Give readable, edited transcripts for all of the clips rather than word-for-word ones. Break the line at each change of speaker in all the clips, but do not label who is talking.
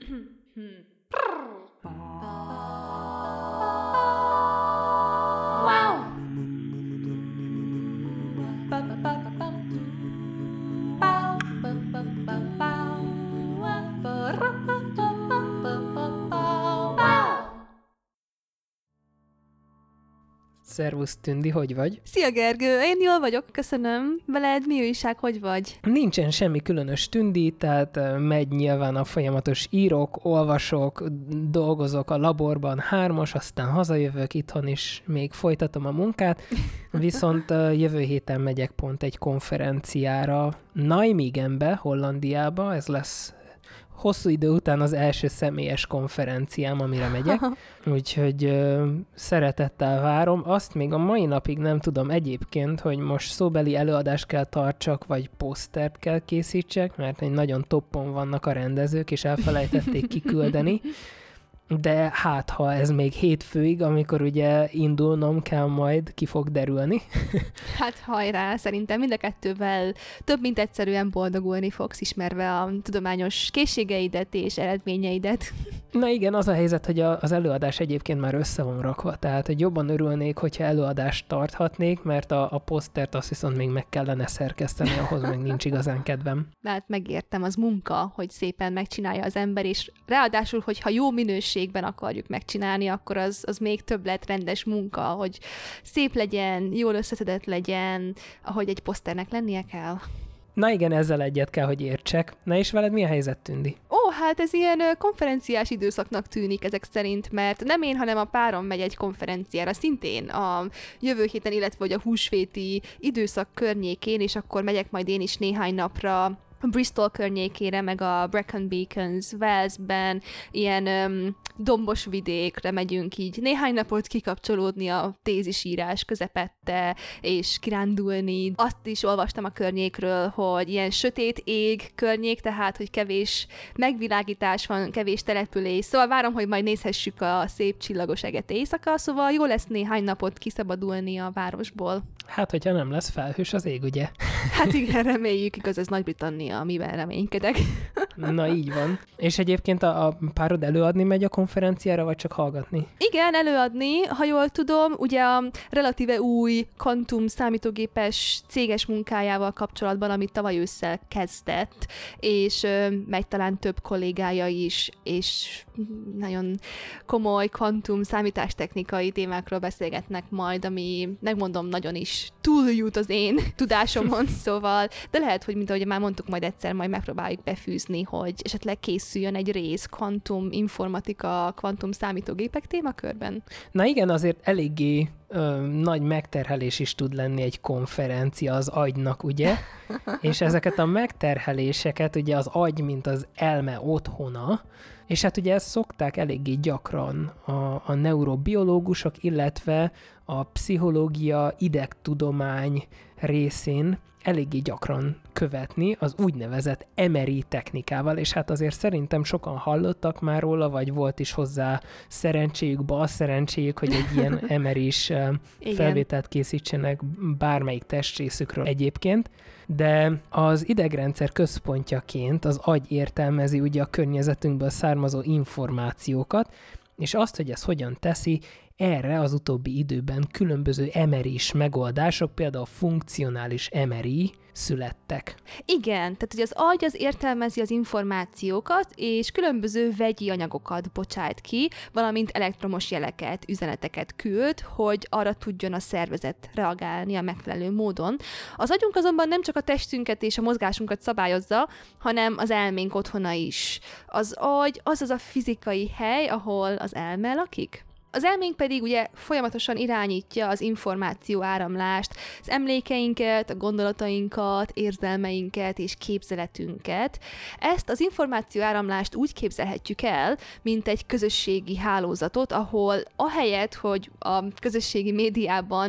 Szervusz, Tündi, hogy vagy?
Szia, Gergő! Én jól vagyok, köszönöm. Veled mi újság, hogy vagy?
Nincsen semmi különös, Tündi, tehát megy nyilván a folyamatos írok, olvasok, dolgozok a laborban 3-as, aztán hazajövök itthon is, még folytatom a munkát, viszont jövő héten megyek pont egy konferenciára Nijmegenbe, Hollandiába, ez lesz hosszú idő után az első személyes konferenciám, amire megyek, úgyhogy szeretettel várom. Azt még a mai napig nem tudom egyébként, hogy most szóbeli előadást kell tartsak, vagy posztert kell készítsek, mert egy nagyon toppon vannak a rendezők, és elfelejtették kiküldeni. De hát, ha ez még hétfőig, amikor ugye indulnom kell majd, ki fog derülni.
Hát hajrá, szerintem mind a kettővel több mint egyszerűen boldogulni fogsz, ismerve a tudományos készségeidet és eredményeidet.
Na igen, az a helyzet, hogy az előadás egyébként már össze van rakva, tehát hogy jobban örülnék, hogyha előadást tarthatnék, mert a posztert azt viszont még meg kellene szerkeszteni, ahhoz meg nincs igazán kedvem.
Hát megértem, az munka, hogy szépen megcsinálja az ember, és ráadásul, hogyha jó minőségben akarjuk megcsinálni, akkor az még több lett rendes munka, hogy szép legyen, jól összeszedett legyen, ahogy egy poszternek lennie kell.
Na igen, ezzel egyet kell, hogy értsek. Na és veled mi a helyzet, Tündi?
Hát ez ilyen konferenciás időszaknak tűnik ezek szerint, mert nem én, hanem a párom megy egy konferenciára, szintén a jövő héten, illetve a húsvéti időszak környékén, és akkor megyek majd én is néhány napra Bristol környékére, meg a Brecon Beacons, Walesben, ilyen dombos vidékre megyünk így néhány napot kikapcsolódni a tézisírás közepette, és kirándulni. Azt is olvastam a környékről, hogy ilyen sötét ég környék, tehát, hogy kevés megvilágítás van, kevés település, szóval várom, hogy majd nézhessük a szép csillagos eget éjszaka, szóval jó lesz néhány napot kiszabadulni a városból.
Hát, hogyha nem lesz felhős az ég, ugye?
Hát igen, reméljük, igaz, ez Nagy-Britannia, amiben reménykedek.
Na, így van. És egyébként a párod előadni megy a konferenciára, vagy csak hallgatni?
Igen, előadni, ha jól tudom, ugye a relatíve új Quantum számítógépes céges munkájával kapcsolatban, amit tavaly ősszel kezdett, és megy talán több kollégája is, és nagyon komoly kvantum számítástechnikai témákról beszélgetnek majd, ami, megmondom, nagyon is túljut az én tudásomon, szóval, de lehet, hogy mint ahogy már mondtuk, majd egyszer majd megpróbáljuk befűzni, hogy esetleg készüljön egy rész kvantum informatika, kvantum számítógépek témakörben.
Na igen, azért eléggé nagy megterhelés is tud lenni egy konferencia az agynak, ugye? És ezeket a megterheléseket ugye az agy, mint az elme otthona, és hát ugye ezt szokták eléggé gyakran a neurobiológusok, illetve a pszichológia, idegtudomány részén eléggé gyakran követni az úgynevezett MRI technikával, és hát azért szerintem sokan hallottak már róla, vagy volt is hozzá szerencséjük, bal szerencséjük, hogy egy ilyen MRI-s felvételt készítsenek bármelyik testrészükről egyébként, de az idegrendszer központjaként az agy értelmezi ugye a környezetünkből származó információkat, és azt, hogy ez hogyan teszi, erre az utóbbi időben különböző MRI-s megoldások, például funkcionális MRI születtek.
Igen, tehát hogy az agy az értelmezi az információkat, és különböző vegyi anyagokat bocsájt ki, valamint elektromos jeleket, üzeneteket küld, hogy arra tudjon a szervezet reagálni a megfelelő módon. Az agyunk azonban nem csak a testünket és a mozgásunkat szabályozza, hanem az elménk otthona is. Az agy az a fizikai hely, ahol az elme lakik. Az elménk pedig ugye folyamatosan irányítja az információ áramlást, az emlékeinket, a gondolatainkat, érzelmeinket és képzeletünket. Ezt az információ áramlást úgy képzelhetjük el, mint egy közösségi hálózatot, ahol ahelyett, hogy a közösségi médiában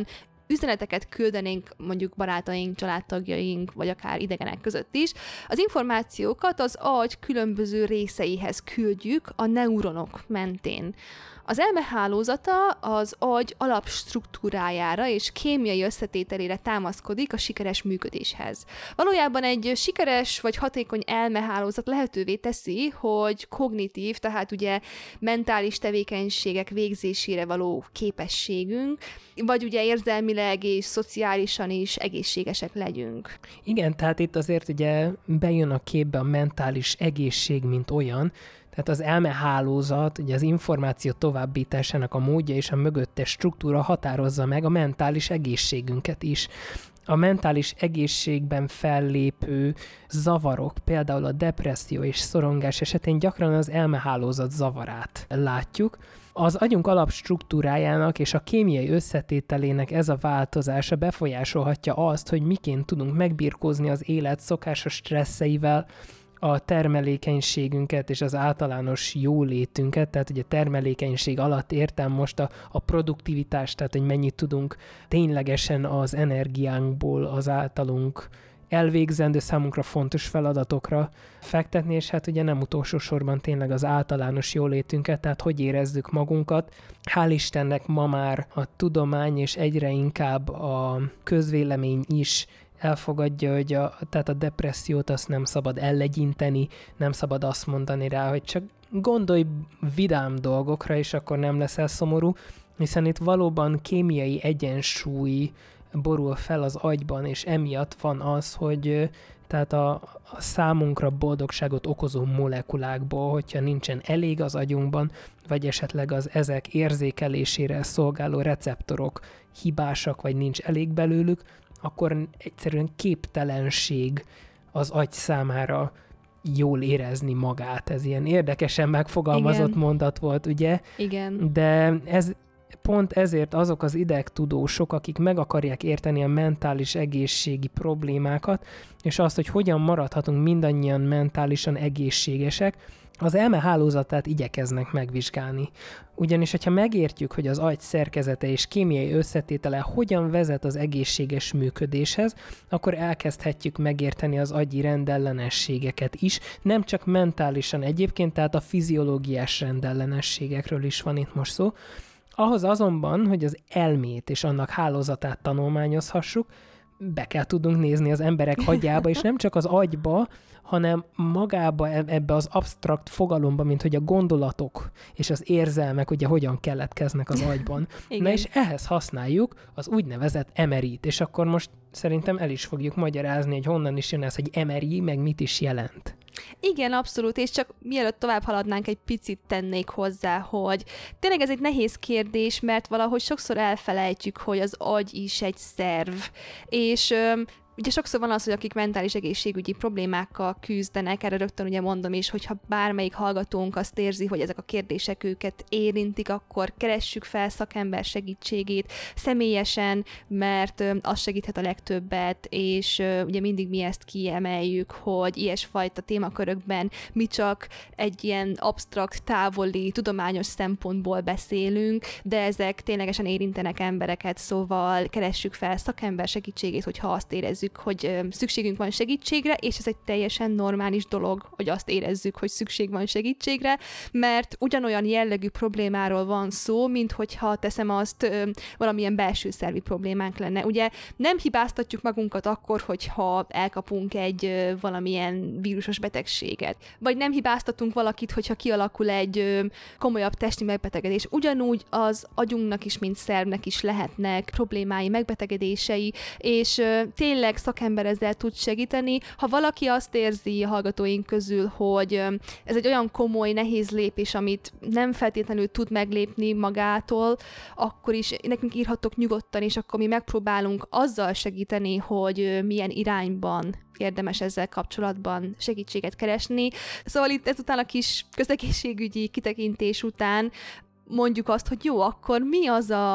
üzeneteket küldenénk mondjuk barátaink, családtagjaink, vagy akár idegenek között is, az információkat az agy különböző részeihez küldjük a neuronok mentén. Az elmehálózata az agy alapstruktúrájára és kémiai összetételére támaszkodik a sikeres működéshez. Valójában egy sikeres vagy hatékony elmehálózat lehetővé teszi, hogy kognitív, tehát ugye mentális tevékenységek végzésére való képességünk, vagy ugye érzelmileg és szociálisan is egészségesek legyünk.
Igen, tehát itt azért ugye bejön a képbe a mentális egészség, mint olyan. Tehát az elmehálózat, ugye az információ továbbításának a módja és a mögöttes struktúra határozza meg a mentális egészségünket is. A mentális egészségben fellépő zavarok, például a depresszió és szorongás esetén gyakran az elmehálózat zavarát látjuk. Az agyunk alapstruktúrájának és a kémiai összetételének ez a változása befolyásolhatja azt, hogy miként tudunk megbirkózni az élet szokásos stresszeivel, a termelékenységünket és az általános jólétünket, tehát ugye termelékenység alatt értem most a produktivitást, tehát hogy mennyit tudunk ténylegesen az energiánkból az általunk elvégzendő számunkra fontos feladatokra fektetni, és hát ugye nem utolsó sorban tényleg az általános jólétünket, tehát hogy érezzük magunkat. Hál' Istennek ma már a tudomány és egyre inkább a közvélemény is elfogadja, hogy tehát a depressziót azt nem szabad ellegyinteni, nem szabad azt mondani rá, hogy csak gondolj vidám dolgokra, és akkor nem leszel szomorú, hiszen itt valóban kémiai egyensúly borul fel az agyban, és emiatt van az, hogy tehát a számunkra boldogságot okozó molekulákból, hogyha nincsen elég az agyunkban, vagy esetleg az ezek érzékelésére szolgáló receptorok hibásak, vagy nincs elég belőlük, akkor egyszerűen képtelenség az agy számára jól érezni magát. Ez ilyen érdekesen megfogalmazott mondat volt, ugye?
Igen.
De pont ezért azok az idegtudósok, akik meg akarják érteni a mentális egészségi problémákat, és azt, hogy hogyan maradhatunk mindannyian mentálisan egészségesek, az elmehálózatát igyekeznek megvizsgálni. Ugyanis, hogyha megértjük, hogy az agy szerkezete és kémiai összetétele hogyan vezet az egészséges működéshez, akkor elkezdhetjük megérteni az agyi rendellenességeket is, nem csak mentálisan egyébként, tehát a fiziológiás rendellenességekről is van itt most szó. Ahhoz azonban, hogy az elmét és annak hálózatát tanulmányozhassuk, be kell tudnunk nézni az emberek agyába, és nem csak az agyba, hanem magába ebbe az absztrakt fogalomba, mint hogy a gondolatok és az érzelmek ugye hogyan keletkeznek az agyban. Na és ehhez használjuk az úgynevezett MRI-t, és akkor most szerintem el is fogjuk magyarázni, hogy honnan is jön ez, hogy MRI, meg mit is jelent.
Igen, abszolút, és csak mielőtt tovább haladnánk, egy picit tennék hozzá, hogy tényleg ez egy nehéz kérdés, mert valahogy sokszor elfelejtjük, hogy az agy is egy szerv, és ugye sokszor van az, hogy akik mentális egészségügyi problémákkal küzdenek, erre rögtön ugye mondom is, hogyha bármelyik hallgatónk azt érzi, hogy ezek a kérdések őket érintik, akkor keressük fel szakember segítségét személyesen, mert az segíthet a legtöbbet, és ugye mindig mi ezt kiemeljük, hogy ilyesfajta témakörökben mi csak egy ilyen absztrakt, távoli, tudományos szempontból beszélünk, de ezek ténylegesen érintenek embereket, szóval keressük fel szakember segítségét, hogyha azt érezzük, hogy szükségünk van segítségre, és ez egy teljesen normális dolog, hogy azt érezzük, hogy szükség van segítségre, mert ugyanolyan jellegű problémáról van szó, mint hogyha teszem azt, valamilyen belső szervi problémánk lenne. Ugye nem hibáztatjuk magunkat akkor, hogyha elkapunk egy valamilyen vírusos betegséget, vagy nem hibáztatunk valakit, hogyha kialakul egy komolyabb testi megbetegedés. Ugyanúgy az agyunknak is, mint szervnek is lehetnek problémái, megbetegedései, és tényleg szakember ezzel tud segíteni. Ha valaki azt érzi a hallgatóink közül, hogy ez egy olyan komoly, nehéz lépés, amit nem feltétlenül tud meglépni magától, akkor is nekünk írhatok nyugodtan, és akkor mi megpróbálunk azzal segíteni, hogy milyen irányban érdemes ezzel kapcsolatban segítséget keresni. Szóval itt ezután a kis közegészségügyi kitekintés után mondjuk azt, hogy jó, akkor mi az a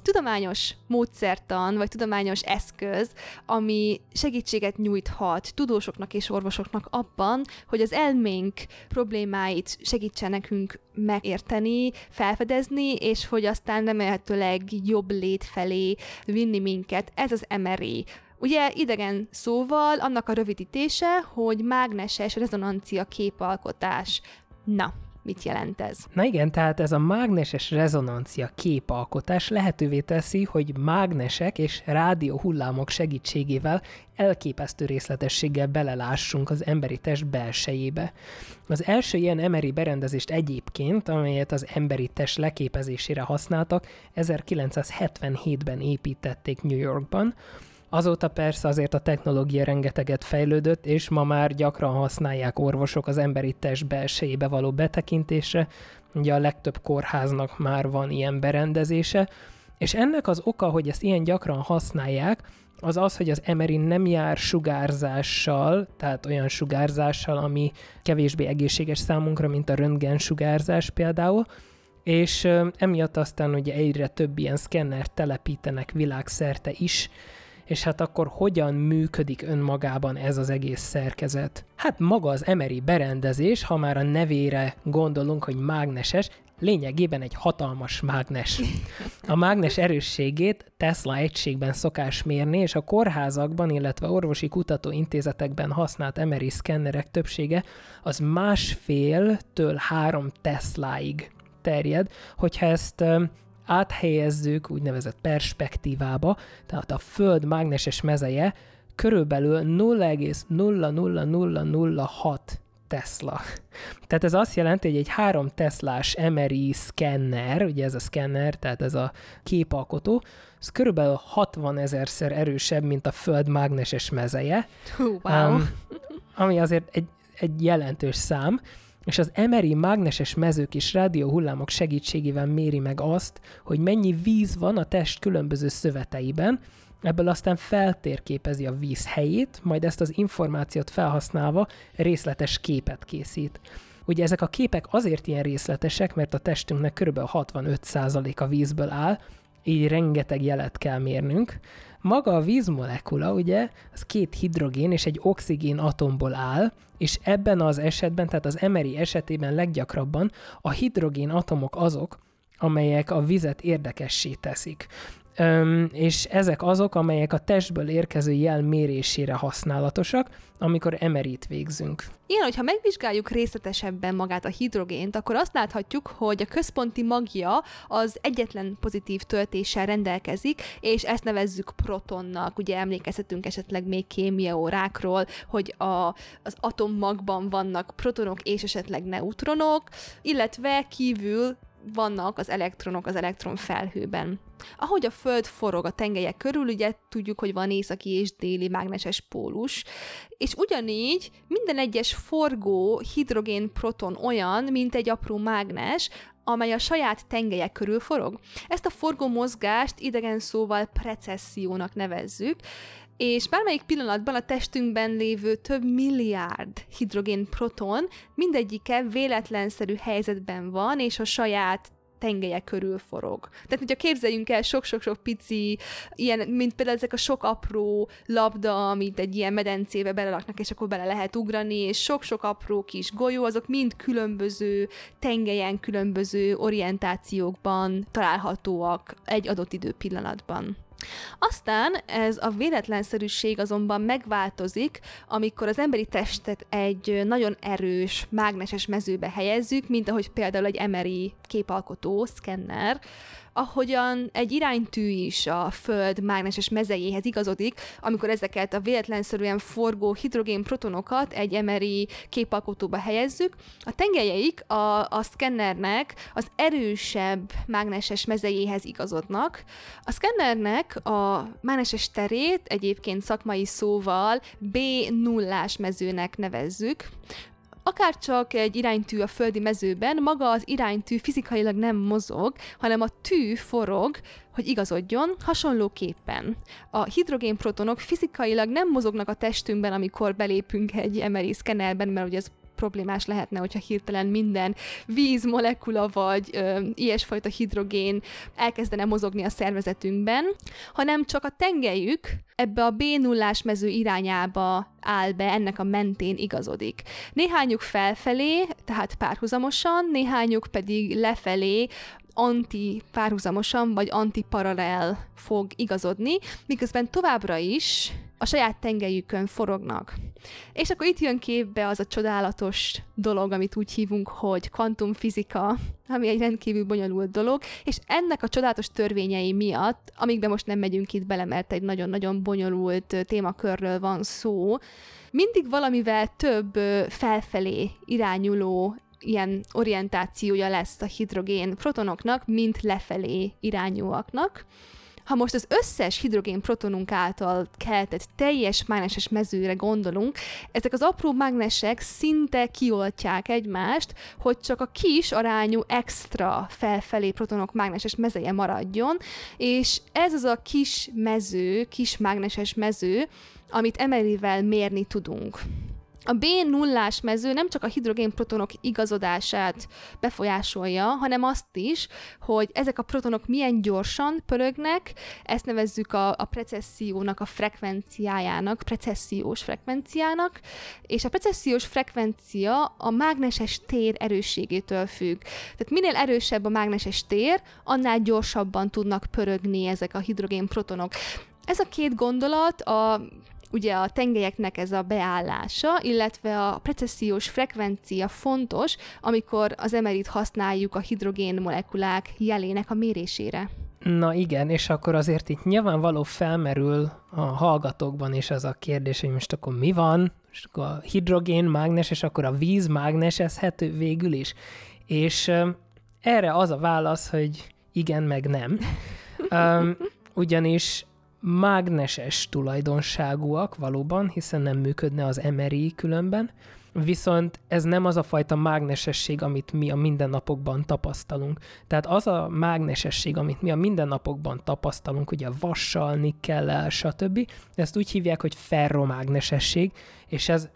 tudományos módszertan, vagy tudományos eszköz, ami segítséget nyújthat tudósoknak és orvosoknak abban, hogy az elménk problémáit segítsen nekünk megérteni, felfedezni, és hogy aztán remélhetőleg jobb lét felé vinni minket. Ez az MRI. Ugye idegen szóval annak a rövidítése, hogy mágneses rezonancia képalkotás. Na, mit jelent ez?
Na igen, tehát ez a mágneses rezonancia képalkotás lehetővé teszi, hogy mágnesek és rádióhullámok segítségével elképesztő részletességgel belelássunk az emberi test belsejébe. Az első ilyen MRI berendezést egyébként, amelyet az emberi test leképezésére használtak, 1977-ben építették New Yorkban. Azóta persze azért a technológia rengeteget fejlődött, és ma már gyakran használják orvosok az emberi test belsejébe való betekintésre. Ugye a legtöbb kórháznak már van ilyen berendezése, és ennek az oka, hogy ezt ilyen gyakran használják, az az, hogy az MRI nem jár sugárzással, tehát olyan sugárzással, ami kevésbé egészséges számunkra, mint a röntgensugárzás például, és emiatt aztán ugye egyre több ilyen szkennert telepítenek világszerte is, és hát akkor hogyan működik önmagában ez az egész szerkezet? Hát maga az MRI berendezés, ha már a nevére gondolunk, hogy mágneses, lényegében egy hatalmas mágnes. A mágnes erősségét Tesla egységben szokás mérni, és a kórházakban, illetve orvosi kutatóintézetekben használt MRI szkennerek többsége az 1,5-től 3 Tesláig terjed. Hogyha ezt áthelyezzük úgynevezett perspektívába, tehát a Föld mágneses mezeje körülbelül 0,00006 Tesla. Tehát ez azt jelenti, hogy egy 3 Teslás MRI szkenner, ugye ez a szkenner, tehát ez a képalkotó, ez körülbelül 60 000-szer erősebb, mint a Föld mágneses mezeje.
Wow.
Ami azért egy jelentős szám, és az MRI mágneses mezők és rádióhullámok segítségével méri meg azt, hogy mennyi víz van a test különböző szöveteiben, ebből aztán feltérképezi a víz helyét, majd ezt az információt felhasználva részletes képet készít. Ugye ezek a képek azért ilyen részletesek, mert a testünknek kb. 65%-a vízből áll, így rengeteg jelet kell mérnünk. Maga a vízmolekula, ugye, az 2 hidrogén és egy oxigén atomból áll, és ebben az esetben, tehát az MRI esetében leggyakrabban a hidrogén atomok azok, amelyek a vizet érdekessé teszik. És ezek azok, amelyek a testből érkező jel mérésére használatosak, amikor MRI-t végzünk.
Igen, hogyha megvizsgáljuk részletesebben magát a hidrogént, akkor azt láthatjuk, hogy a központi magja az egyetlen pozitív töltéssel rendelkezik, és ezt nevezzük protonnak. Ugye emlékezhetünk esetleg még kémiaórákról, hogy az atommagban vannak protonok és esetleg neutronok, illetve kívül vannak az elektronok az elektronfelhőben. Ahogy a Föld forog a tengelyek körül, ugye tudjuk, hogy van északi és déli mágneses pólus, és ugyanígy minden egyes forgó hidrogén-proton olyan, mint egy apró mágnes, amely a saját tengelye körül forog. Ezt a forgó mozgást idegen szóval precessziónak nevezzük, és bármelyik pillanatban a testünkben lévő több milliárd hidrogén-proton mindegyike véletlenszerű helyzetben van, és a saját tengelye körül forog. Tehát, hogyha képzeljünk el sok-sok-sok pici, ilyen, mint például ezek a sok apró labda, amit egy ilyen medencébe belelaknak, és akkor bele lehet ugrani, és sok-sok apró kis golyó, azok mind különböző tengelyen, különböző orientációkban találhatóak egy adott időpillanatban. Aztán ez a véletlenszerűség azonban megváltozik, amikor az emberi testet egy nagyon erős mágneses mezőbe helyezzük, mint ahogy például egy MRI képalkotó, szkenner, ahogyan egy iránytű is a Föld mágneses mezejéhez igazodik, amikor ezeket a véletlenszerűen forgó hidrogén-protonokat egy MRI képalkotóba helyezzük. A tengelyeik a szkennernek az erősebb mágneses mezejéhez igazodnak. A szkennernek a mágneses terét egyébként szakmai szóval B0-ás mezőnek nevezzük. Akárcsak egy iránytű a földi mezőben, maga az iránytű fizikailag nem mozog, hanem a tű forog, hogy igazodjon, hasonlóképpen. A hidrogénprotonok fizikailag nem mozognak a testünkben, amikor belépünk egy MRI szkennerben, mert ugye ez problémás lehetne, hogyha hirtelen minden vízmolekula vagy ilyesfajta hidrogén elkezdene mozogni a szervezetünkben, hanem csak a tengelyük ebbe a B0-ás mező irányába áll be, ennek a mentén igazodik. Néhányuk felfelé, tehát párhuzamosan, néhányuk pedig lefelé, anti-párhuzamosan vagy antiparalel fog igazodni, miközben továbbra is a saját tengelyükön forognak. És akkor itt jön képbe az a csodálatos dolog, amit úgy hívunk, hogy kvantumfizika, ami egy rendkívül bonyolult dolog, és ennek a csodálatos törvényei miatt, amikbe most nem megyünk itt bele, mert egy nagyon-nagyon bonyolult témakörről van szó, mindig valamivel több felfelé irányuló ilyen orientációja lesz a hidrogén protonoknak, mint lefelé irányúaknak. Ha most az összes hidrogén protonunk által keltett teljes mágneses mezőre gondolunk, ezek az apró mágnesek szinte kioltják egymást, hogy csak a kis arányú extra felfelé protonok mágneses mezeje maradjon, és ez az a kis mező, kis mágneses mező, amit Emeryvel mérni tudunk. A B0-ás mező nem csak a hidrogénprotonok igazodását befolyásolja, hanem azt is, hogy ezek a protonok milyen gyorsan pörögnek, ezt nevezzük a precessziónak a frekvenciájának, precessziós frekvenciának, és a precessziós frekvencia a mágneses tér erősségétől függ. Tehát minél erősebb a mágneses tér, annál gyorsabban tudnak pörögni ezek a hidrogénprotonok. Ez a két gondolat ugye a tengelyeknek ez a beállása, illetve a precessziós frekvencia fontos, amikor az Emeryt használjuk a hidrogén molekulák jelének a mérésére.
Na igen, és akkor azért itt nyilvánvaló felmerül a hallgatókban is az a kérdés, hogy most akkor mi van, és akkor a hidrogén mágnes, és akkor a víz mágnesezhető végül is. És erre az a válasz, hogy igen, meg nem. Ugyanis mágneses tulajdonságúak valóban, hiszen nem működne az Emery különben, viszont ez nem az a fajta mágnesesség, amit mi a mindennapokban tapasztalunk. Tehát az a mágnesesség, amit mi a mindennapokban tapasztalunk, ugye vassal, nikkellel, stb., ezt úgy hívják, hogy ferromágnesesség, és ez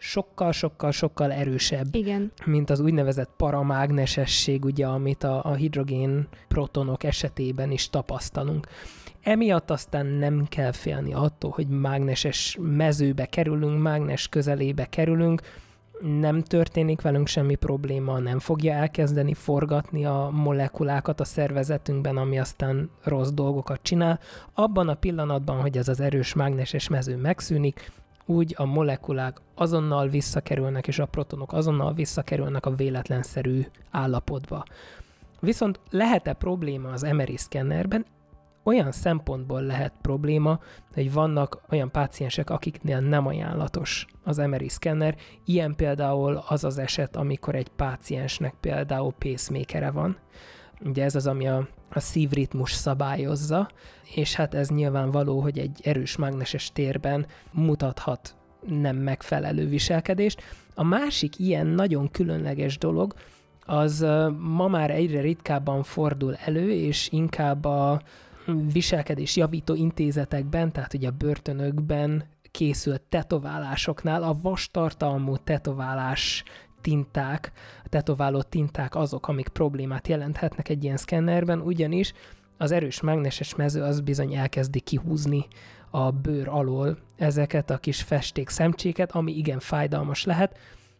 sokkal erősebb,
igen,
mint az úgynevezett paramágnesesség, ugye, amit a hidrogén protonok esetében is tapasztalunk. Emiatt aztán nem kell félni attól, hogy mágneses mezőbe kerülünk, mágnes közelébe kerülünk, nem történik velünk semmi probléma, nem fogja elkezdeni forgatni a molekulákat a szervezetünkben, ami aztán rossz dolgokat csinál. Abban a pillanatban, hogy ez az erős mágneses mező megszűnik, úgy a molekulák azonnal visszakerülnek, és a protonok azonnal visszakerülnek a véletlenszerű állapotba. Viszont lehet-e probléma az Emery szkennerben? Olyan szempontból lehet probléma, hogy vannak olyan páciensek, akiknél nem ajánlatos az Emery szkenner. Ilyen például az az eset, amikor egy páciensnek például pacemakere van. Ugye ez az, ami a szívritmus szabályozza, és hát ez nyilvánvaló, hogy egy erős mágneses térben mutathat nem megfelelő viselkedést. A másik ilyen nagyon különleges dolog, az ma már egyre ritkábban fordul elő, és inkább a viselkedés javító intézetekben, tehát ugye a börtönökben készült tetoválásoknál a vastartalmú tetoválás tinták, a tetováló tinták azok, amik problémát jelenthetnek egy ilyen szkennerben, ugyanis az erős mágneses mező az bizony elkezdi kihúzni a bőr alól ezeket a kis festék szemcséket, ami igen fájdalmas lehet,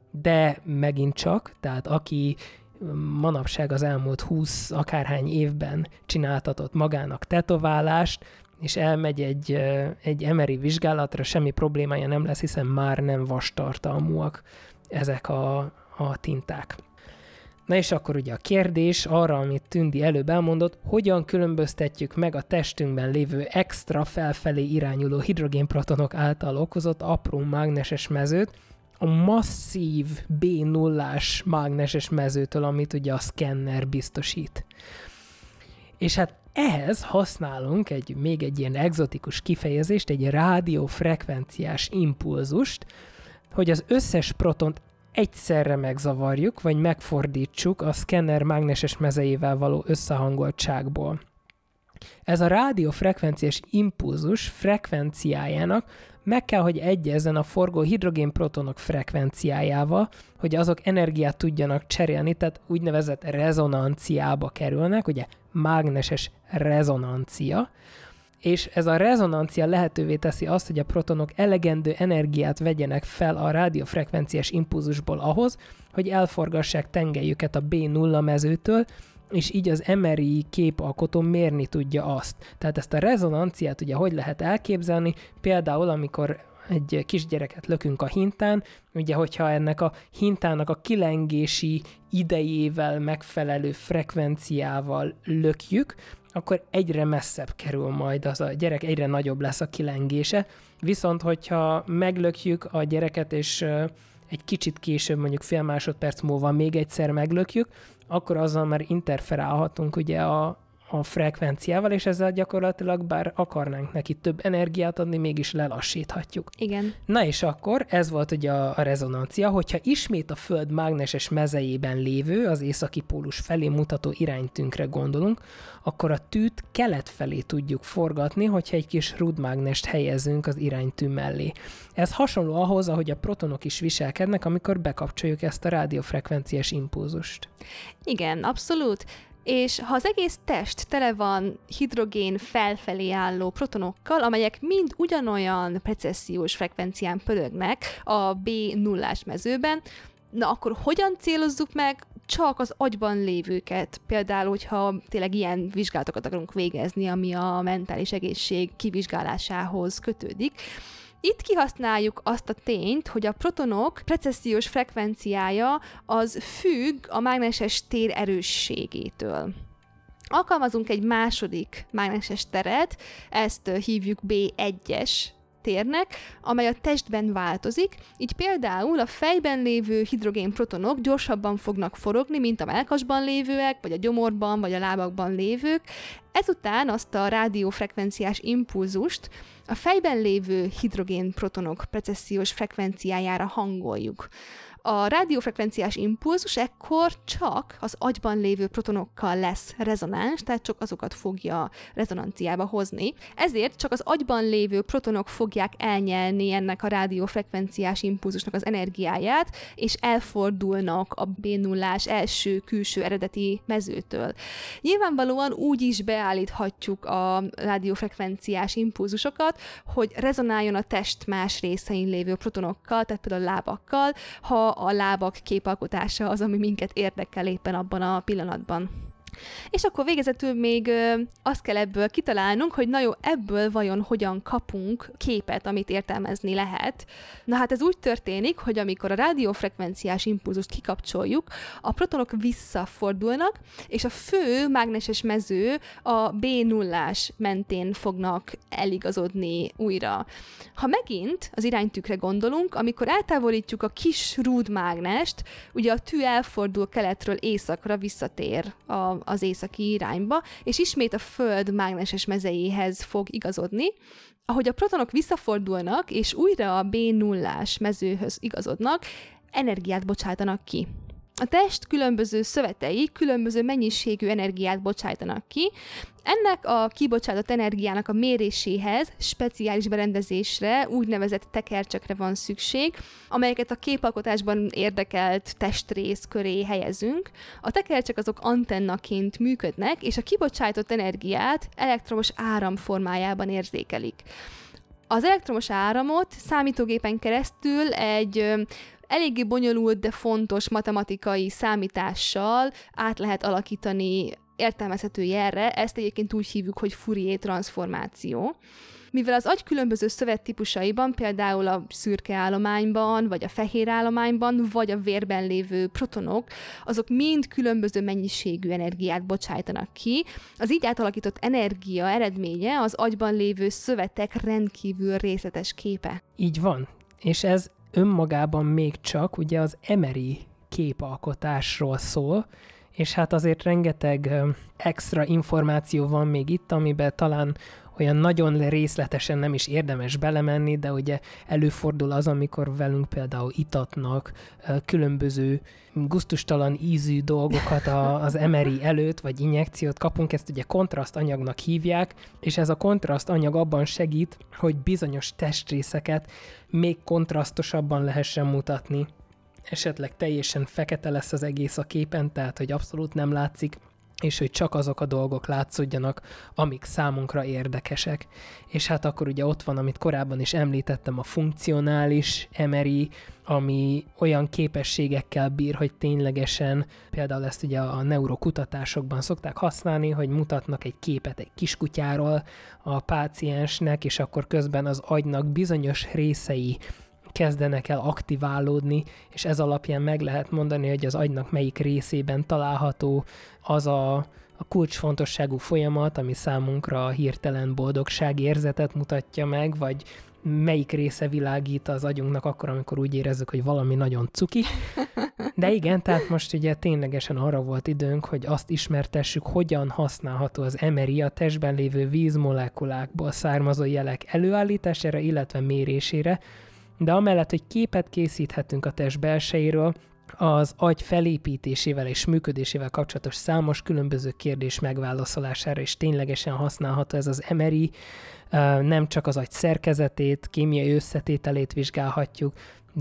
de megint csak, tehát aki manapság az elmúlt 20 akárhány évben csináltatott magának tetoválást, és elmegy egy Emery vizsgálatra, semmi problémája nem lesz, hiszen már nem vastartalmúak ezek a tinták. Na és akkor ugye a kérdés arra, amit Tündi előbb elmondott, hogyan különböztetjük meg a testünkben lévő extra felfelé irányuló hidrogénprotonok által okozott apró mágneses mezőt a masszív B0-ás mágneses mezőtől, amit ugye a szkenner biztosít. És hát ehhez használunk még egy ilyen egzotikus kifejezést, egy rádiófrekvenciás impulzust, hogy az összes protont egyszerre megzavarjuk, vagy megfordítsuk a szkenner mágneses mezejével való összehangoltságból. Ez a rádiófrekvenciás impulzus frekvenciájának meg kell, hogy egyezzen a forgó hidrogénprotonok frekvenciájával, hogy azok energiát tudjanak cserélni, tehát úgynevezett rezonanciába kerülnek, ugye mágneses rezonancia, és ez a rezonancia lehetővé teszi azt, hogy a protonok elegendő energiát vegyenek fel a rádiófrekvenciás impulzusból ahhoz, hogy elforgassák tengelyüket a B0 mezőtől, és így az MRI képalkotó mérni tudja azt. Tehát ezt a rezonanciát ugye hogy lehet elképzelni? Például, amikor egy kisgyereket lökünk a hintán, ugye hogyha ennek a hintának a kilengési idejével megfelelő frekvenciával lökjük, akkor egyre messzebb kerül majd az a gyerek, egyre nagyobb lesz a kilengése. Viszont, hogyha meglökjük a gyereket, és egy kicsit később, mondjuk fél másodperc múlva még egyszer meglökjük, akkor azzal már interferálhatunk ugye a frekvenciával, és ezzel gyakorlatilag bár akarnánk neki több energiát adni, mégis lelassíthatjuk.
Igen.
Na és akkor ez volt ugye a rezonancia, hogyha ismét a Föld mágneses mezejében lévő, az északi pólus felé mutató iránytünkre gondolunk, akkor a tűt kelet felé tudjuk forgatni, hogyha egy kis rudmágnest helyezünk az iránytű mellé. Ez hasonló ahhoz, ahogy a protonok is viselkednek, amikor bekapcsoljuk ezt a rádiófrekvenciás impulzust.
Igen, abszolút. És ha az egész test tele van hidrogén felfelé álló protonokkal, amelyek mind ugyanolyan precessziós frekvencián pörögnek a B0-ás mezőben, na akkor hogyan célozzuk meg csak az agyban lévőket? Például, hogyha tényleg ilyen vizsgálatokat akarunk végezni, ami a mentális egészség kivizsgálásához kötődik. Itt kihasználjuk azt a tényt, hogy a protonok precessziós frekvenciája az függ a mágneses tér erősségétől. Alkalmazunk egy második mágneses teret, ezt hívjuk B1-es térnek, amely a testben változik, így például a fejben lévő hidrogénprotonok gyorsabban fognak forogni, mint a mellkasban lévőek, vagy a gyomorban, vagy a lábakban lévők. Ezután azt a rádiófrekvenciás impulzust a fejben lévő hidrogénprotonok precessziós frekvenciájára hangoljuk. A rádiófrekvenciás impulzus ekkor csak az agyban lévő protonokkal lesz rezonáns, tehát csak azokat fogja rezonanciába hozni. Ezért csak az agyban lévő protonok fogják elnyelni ennek a rádiófrekvenciás impulzusnak az energiáját, és elfordulnak a B0-ás első külső eredeti mezőtől. Nyilvánvalóan úgy is beállíthatjuk a rádiófrekvenciás impulzusokat, hogy rezonáljon a test más részein lévő protonokkal, tehát például a lábakkal, ha a lábak képalkotása az, ami minket érdekel éppen abban a pillanatban. És akkor végezetül még azt kell ebből kitalálnunk, hogy na jó, ebből vajon hogyan kapunk képet, amit értelmezni lehet. Na hát ez úgy történik, hogy amikor a rádiófrekvenciás impulzust kikapcsoljuk, a protonok visszafordulnak, és a fő mágneses mező a B0-ás mentén fognak eligazodni újra. Ha megint az iránytükre gondolunk, amikor eltávolítjuk a kis rúdmágnest, ugye a tű elfordul keletről északra, visszatér az északi irányba, és ismét a Föld mágneses mezejéhez fog igazodni. Ahogy a protonok visszafordulnak, és újra a B0-ás mezőhöz igazodnak, energiát bocsátanak ki. A test különböző szövetei különböző mennyiségű energiát bocsájtanak ki. Ennek a kibocsátott energiának a méréséhez speciális berendezésre, úgynevezett tekercsekre van szükség, amelyeket a képalkotásban érdekelt testrész köré helyezünk. A tekercsek azok antennaként működnek, és a kibocsátott energiát elektromos áram formájában érzékelik. Az elektromos áramot számítógépen keresztül egy eléggé bonyolult, de fontos matematikai számítással át lehet alakítani értelmezhető jelre, ezt egyébként úgy hívjuk, hogy Fourier-transzformáció. Mivel az agy különböző szövettípusaiban, például a szürke állományban, vagy a fehér állományban, vagy a vérben lévő protonok, azok mind különböző mennyiségű energiát bocsájtanak ki. Az így átalakított energia eredménye az agyban lévő szövetek rendkívül részletes képe.
Így van, és ez önmagában még csak ugye az MRI képalkotásról szól, és hát azért rengeteg extra információ van még itt, amiben talán olyan nagyon részletesen nem is érdemes belemenni, de ugye előfordul az, amikor velünk például itatnak különböző gusztustalan ízű dolgokat az MRI előtt, vagy injekciót kapunk, ezt ugye kontrasztanyagnak hívják, és ez a kontrasztanyag abban segít, hogy bizonyos testrészeket még kontrasztosabban lehessen mutatni. Esetleg teljesen fekete lesz az egész a képen, tehát hogy abszolút nem látszik, és hogy csak azok a dolgok látszódjanak, amik számunkra érdekesek. És hát akkor ugye ott van, amit korábban is említettem, a funkcionális MRI, ami olyan képességekkel bír, hogy ténylegesen, például ezt ugye a neurokutatásokban szokták használni, hogy mutatnak egy képet egy kiskutyáról a páciensnek, és akkor közben az agynak bizonyos részei kezdenek el aktiválódni, és ez alapján meg lehet mondani, hogy az agynak melyik részében található az a kulcsfontosságú folyamat, ami számunkra a hirtelen boldogságérzetet mutatja meg, vagy melyik része világít az agyunknak akkor, amikor úgy érezzük, hogy valami nagyon cuki. De igen, tehát most ugye ténylegesen arra volt időnk, hogy azt ismertessük, hogyan használható az MRI a testben lévő vízmolekulákból származó jelek előállítására, illetve mérésére, de amellett, hogy képet készíthetünk a test belsejéről, az agy felépítésével és működésével kapcsolatos számos különböző kérdés megválaszolására is ténylegesen használható ez az MRI. Nem csak az agy szerkezetét, kémiai összetételét vizsgálhatjuk,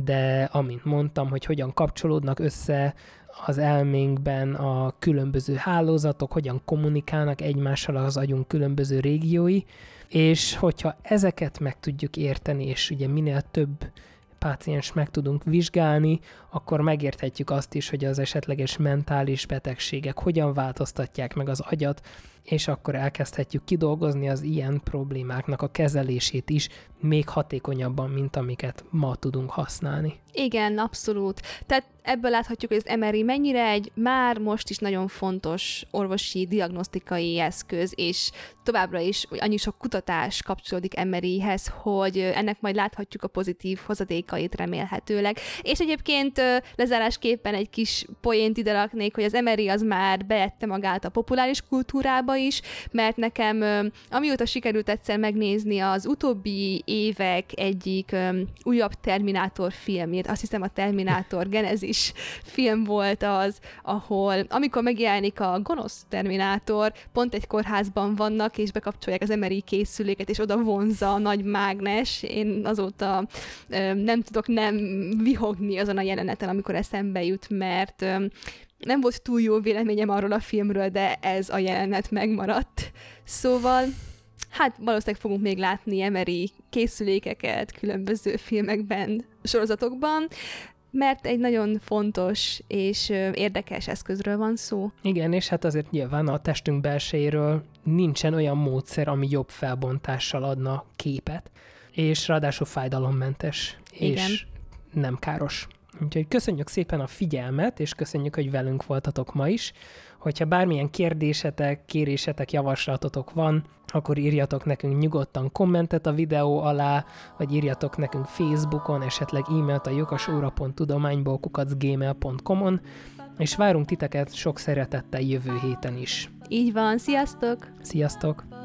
de amint mondtam, hogy hogyan kapcsolódnak össze az elménkben a különböző hálózatok, hogyan kommunikálnak egymással az agyunk különböző régiói, és hogyha ezeket meg tudjuk érteni, és ugye minél több páciens meg tudunk vizsgálni, akkor megérthetjük azt is, hogy az esetleges mentális betegségek hogyan változtatják meg az agyat, és akkor elkezdhetjük kidolgozni az ilyen problémáknak a kezelését is még hatékonyabban, mint amiket ma tudunk használni.
Igen, abszolút. Tehát ebből láthatjuk, hogy az MRI mennyire egy már most is nagyon fontos orvosi diagnosztikai eszköz, és továbbra is annyi sok kutatás kapcsolódik MRI-hez, hogy ennek majd láthatjuk a pozitív hozadékait remélhetőleg. És egyébként lezárásképpen egy kis poént ide raknék, hogy az MRI az már beette magát a populáris kultúrába is, mert nekem amióta sikerült egyszer megnézni az utóbbi évek egyik újabb Terminátor filmjét, azt hiszem a Terminátor Genesis film volt az, ahol amikor megjelenik a gonosz Terminátor, pont egy kórházban vannak, és bekapcsolják az MRI készüléket, és oda vonzza a nagy mágnes. Én azóta nem tudok nem vihogni azon a jeleneten, amikor eszembe jut, mert nem volt túl jó véleményem arról a filmről, de ez a jelenet megmaradt. Szóval hát valószínűleg fogunk még látni MRI készülékeket különböző filmekben, sorozatokban, mert egy nagyon fontos és érdekes eszközről van szó.
Igen, és hát azért nyilván a testünk belsejéről nincsen olyan módszer, ami jobb felbontással adna képet, és ráadásul fájdalommentes,
igen,
és nem káros. Úgyhogy köszönjük szépen a figyelmet, és köszönjük, hogy velünk voltatok ma is. Hogyha bármilyen kérdésetek, kérésetek, javaslatotok van, akkor írjatok nekünk nyugodtan kommentet a videó alá, vagy írjatok nekünk Facebookon, esetleg e-mailt a lyukasóra.tudományból@gmail.com-on, és várunk titeket sok szeretettel jövő héten is.
Így van, sziasztok!
Sziasztok!